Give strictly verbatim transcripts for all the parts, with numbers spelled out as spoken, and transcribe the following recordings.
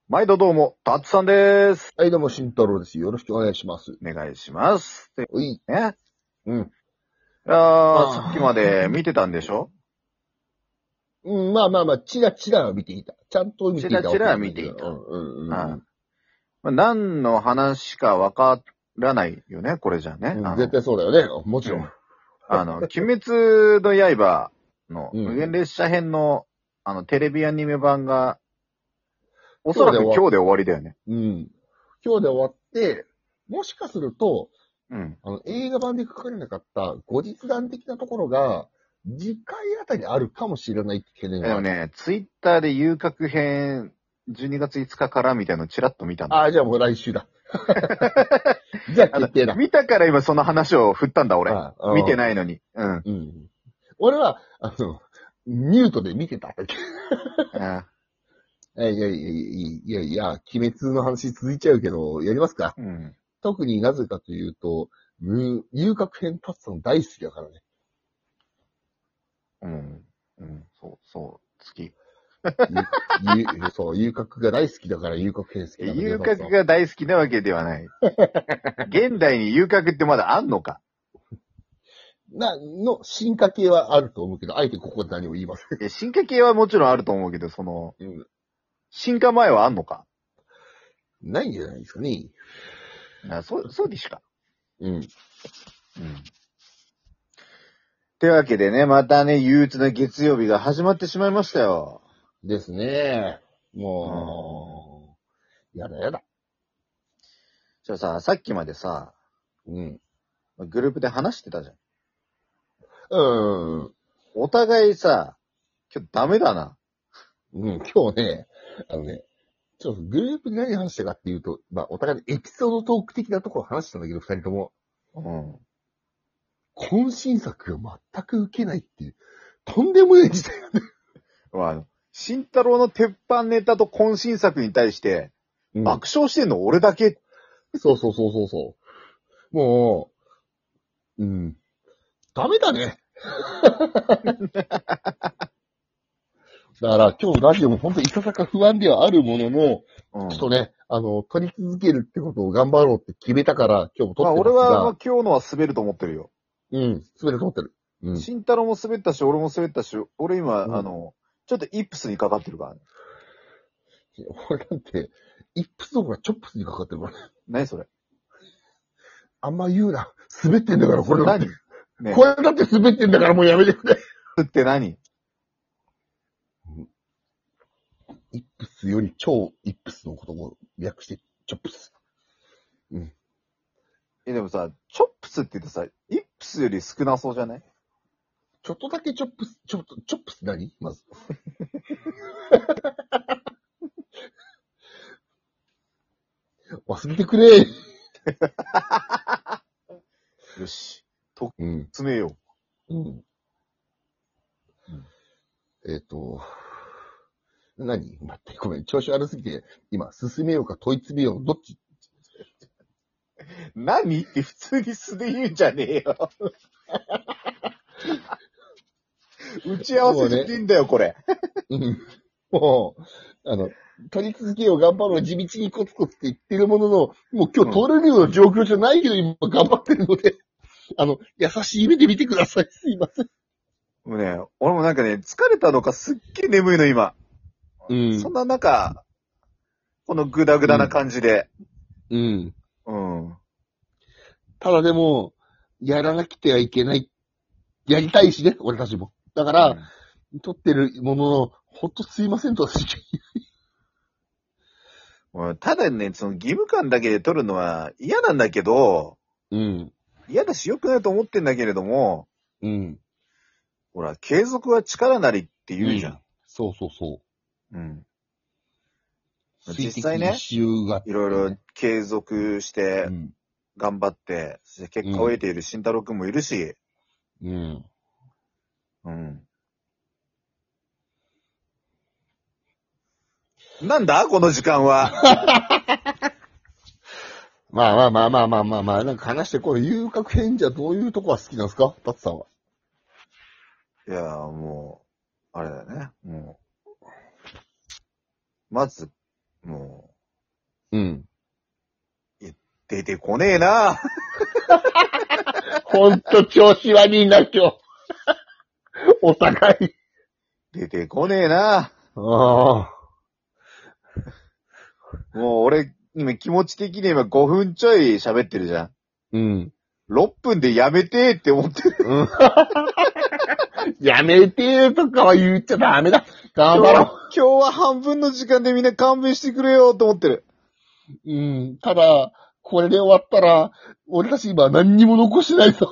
毎度どうも、たつさんでーす。 はい、どうも、慎太郎です。よろしくお願いします。 お願いします。でおい。 ね。 うん。 いやー、さっきまで見てたんでしょ？ うん、まあまあまあ、チラチラは見ていた。ちゃんと見ていたチラチラわけじゃないけど。 見ていた。 うんうんうんああまあ、何の話かわからないよね、これじゃね。 うん。 あの、 絶対そうだよね。もちろん。 うんあの、鬼滅の刃のうん無限列車編の、あの、テレビアニメ版が、おそ今日で終わらく今日で終わりだよね。 うん。今日で終わって、もしかすると、 うん。 あの、映画版で書かれなかった後日談的なところが、次回あたりあるかもしれないって懸念がある。 でもね、ツイッターで遊郭編、じゅうにがついつかからみたいなのチラッと見たんだ。 ああ、じゃあもう来週だ。じゃああの決定だ。 見たから今その話を振ったんだ、俺。 ああ見てないのに。うん。 うん。俺は、あの、ミュートで見てただけ。 あいやいやいやいやいや、鬼滅の話続いちゃうけど、やりますか？ うん。 特になぜかというと、む遊郭編立つの大好きだからね。 うん。うん。そう、そう、好き。 ゆゆそう、遊郭が大好きだから遊郭編好きなんだけど。 遊郭が大好きなわけではない。現代に遊郭ってまだあんのか？ な、の、進化系はあると思うけど、あえてここで何も言いません。 いや進化系はもちろんあると思うけど、その、 うん。 進化前はあんのか？ ないんじゃないですかね。 あそう、そうでしか。 うん。 うん。ってわけでね、またね、憂鬱な月曜日が始まってしまいましたよ。 ですね。もう、やだやだ。 じゃあさ、さっきまでさ、 うん。 グループで話してたじゃん。 うん。 お互いさ、今日ダメだな。 うん、今日ね、あのね、ちょっとグループで何話したかっていうと、まあ、お互いのエピソードトーク的なところを話したんだけど、二人とも。 うん。 渾身作が全く受けないっていう、とんでもない事態なんだよ。 まあ、慎太郎の鉄板ネタと渾身作に対して、 うん、 爆笑してんの俺だけ。 そうそうそうそうそう。もう、うん。ダメだね。だから今日ラジオも本当にいささか不安ではあるものの、 うん、 ちょっとね、あの、撮り続けるってことを頑張ろうって決めたから、今日も撮まあってますが。 俺は、まあ、今日のは滑ると思ってるよ。 うん、滑ると思ってる。うん。 慎太郎も滑ったし、俺も滑ったし、俺今、 うんあの、ちょっとイップスにかかってるからね。 俺なんて、イップスどころかチョップスにかかってるから。 何それ？ あんま言うな。滑ってんだから、これだって。 何ねこれだって滑ってんだからもうやめてくれ。 って何？ イップスより超イップスのことを略して、チョップス。うん。 え、でもさ、チョップスって言ってさ、イップスより少なそうじゃない？ ちょっとだけチョップス、ちょっと、チョップス何まず。忘れてくれ。 よし。と、 うん。 詰めようん。 うんえっ、と、何待って、ごめん、調子悪すぎて、今、進めようか問い詰めよう。どっち？ う。何って普通に素で言うんじゃねえよ。打ち合わせしてんだよ、これ。 うん。もう、あの、取り続けよう、頑張ろう、地道にコツコツって言ってるものの、もう今日取れるような状況じゃないけど、今頑張ってるので、あの、優しい目で見てください。すいません。 もうね、俺もなんかね、疲れたのかすっげえ眠いの、今。 うんそんな中、このグダグダな感じで。 うん。 うん。 ただでも、やらなくてはいけない。やりたいしね、俺たちも。だから、取ってるものの、ほんとすいませんと私。 うんただね、その義務感だけで取るのは嫌なんだけど、 うん。 嫌だし良くないと思ってんだけれども、 うん。 ほら、継続は力なりって言うじゃん。 そうそうそう。 うん。 水滴実際ね一周が、 いろいろ継続してう、ん。 頑張って、そして結果を得ている慎太郎くんもいるし、 うん。 うん。なんだこの時間は。 まあまあまあまあまあまあまあ、なんか話して、この遊郭編じゃどういうとこが好きなんですかタツさんは。 いやもう、あれだよね。もう、まず、 もうん。 う、出てこねえな。 ほんと調子悪いな、今日。お互い。 出てこねえな。 ああ。 もう俺、今気持ち的に今ごふんちょい喋ってるじゃん。 うん。 ろっぷんでやめてって思ってる。 うん、やめてとかは言っちゃダメだ。頑張ろう。 今日は半分の時間でみんな勘弁してくれよと思ってる。 うん。ただ、これで終わったら、俺たち今何にも残してないぞ。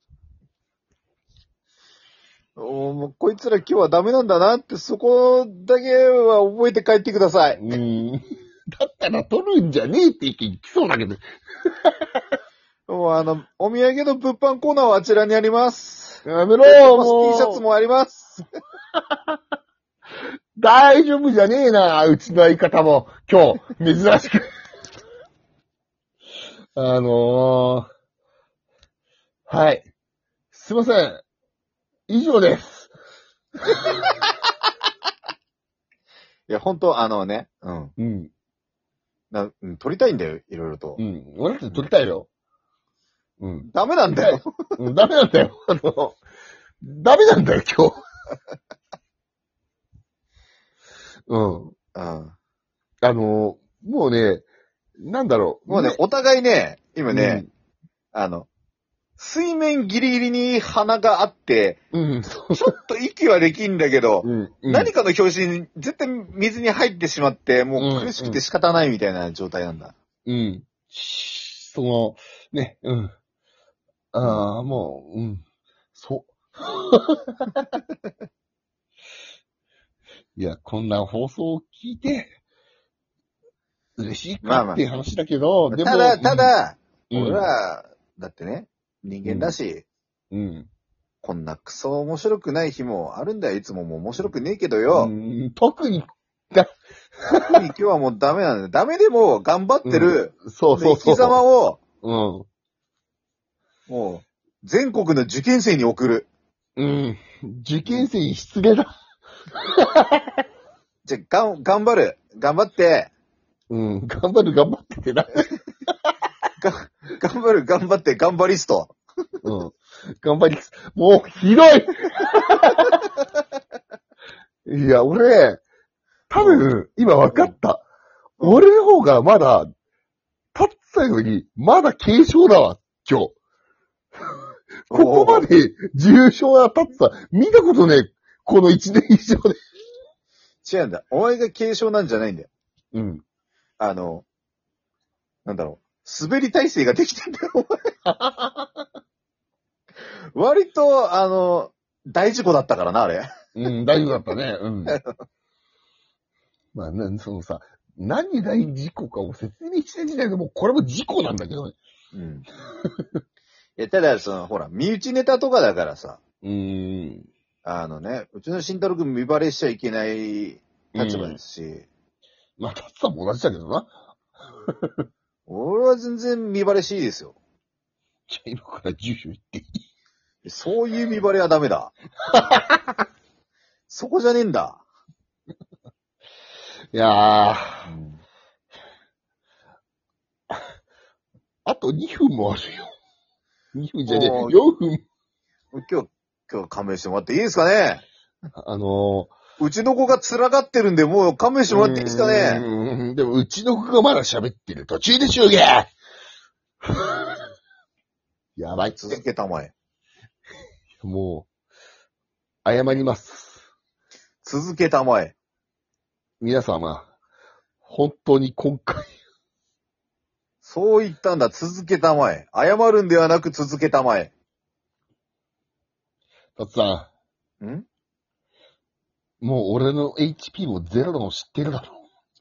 おもうこいつら今日はダメなんだなって、そこだけは覚えて帰ってください。 うん。だったら取るんじゃねえって意見来そうだけど。 もうあの、お土産の物販コーナーはあちらにあります。 やめろもう。 T シャツもあります。 大丈夫じゃねえな、うちの相方も。今日、珍しく。あのー、はい。すいません。以上です。 いや、ほんと、あのね、うん。 うん。 なうん、撮りたいんだよ、いろいろと。 うん。俺たち撮りたいよ。うん。 ダメなんだよ。 うん、ダメなんだよ。あの、ダメなんだよ、今日。うん。 うん。 あの、もうね、なんだろう。 もうね、お互いね、今ね、 うん、 あの、水面ギリギリに鼻があって、 うん、 ちょっと息はできんだけど、 うんうん、 何かの拍子に絶対水に入ってしまって、もう苦しくて仕方ないみたいな状態なんだ。 うん。うん、その、ね、うん。ああ、もう、うん。そう。いや、こんな放送を聞いて、嬉しいかっていう話だけど、 まあまあ、 でも。 ただ、ただ、 うん、 俺ら、だってね、人間だし、 うん、うん、 こんなクソ面白くない日もあるんだよ。いつももう面白くねえけどよ。 うん、特に、 特に今日はもうダメなんだよ。ダメでも頑張ってる、 うん、そうそうそう。 生き様を、 うん。 もう、全国の受験生に送る。 うん。受験生に失礼だ。 じゃ、がん、頑張る。頑張って。 うん。頑張る、頑張っててな。 が、頑張る、頑張って、頑張りスト。 うん。頑張りす。もう、ひどいいや、俺、多分、今分かった。うん、俺の方がまだ、立ったより、まだ軽症だわ、今日。ここまで重症な立った、見たことねえ、この一年以上で。 違うんだ。お前が軽症なんじゃないんだよ。 うん。 あの、なんだろう。滑り体制ができてんだよ、お前。割と、あの、大事故だったからな、あれ。 うん、大事故だったね。うん。まあ、な、そのさ、何が事故かを説明して時点でもうこれも事故なんだけどね。 うん。いや、ただ、その、ほら、身内ネタとかだからさ。 うーん。 あのね、うちの慎太郎くん見バレしちゃいけない立場ですし。うん、 まあ、タツさんも同じだけどな。 俺は全然見バレしいですよ。 じゃあ今から住所言っていい？ そういう見バレはダメだ。そこじゃねえんだ。 いやー。うん、あとにふんもあるよ。にふんじゃねえ、よんふん。 今日、今日勘弁してもらっていいですかね？ あのー、うちの子が辛がってるんで、もう勘弁してもらっていいですかね？ うん、でもうちの子がまだ喋ってる途中でしょうがやばい。 続けたまえ。 もう、謝ります。 続けたまえ。 皆様、本当に今回。 そう言ったんだ、続けたまえ。謝るんではなく続けたまえ。 たつさん？ん？ もう俺の エイチピー もゼロなの知ってるだろ。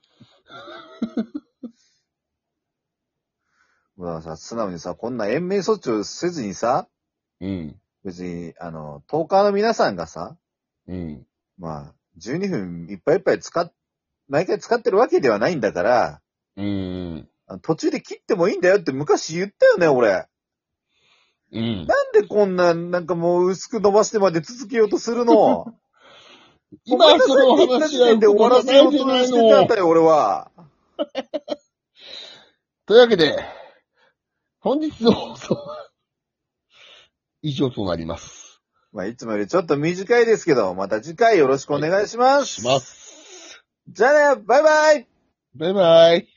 まあさ、素直にさ、こんな延命措置をせずにさ、 うん。 別に、あの、トーカーの皆さんがさ、 うん。 まあ、じゅうにふんいっぱいいっぱい使っ、毎回使ってるわけではないんだから、 うん。 途中で切ってもいいんだよって昔言ったよね、俺。 うん。 なんでこんな、なんかもう薄く伸ばしてまで続けようとするの？ 今その話はで終わらせようとしてたんだよ、俺は。 というわけで、本日の放送は以上となります。 まあ、いつもよりちょっと短いですけど、また次回よろしくお願いします。 します。 じゃあね、バイバイ。 バイバイ。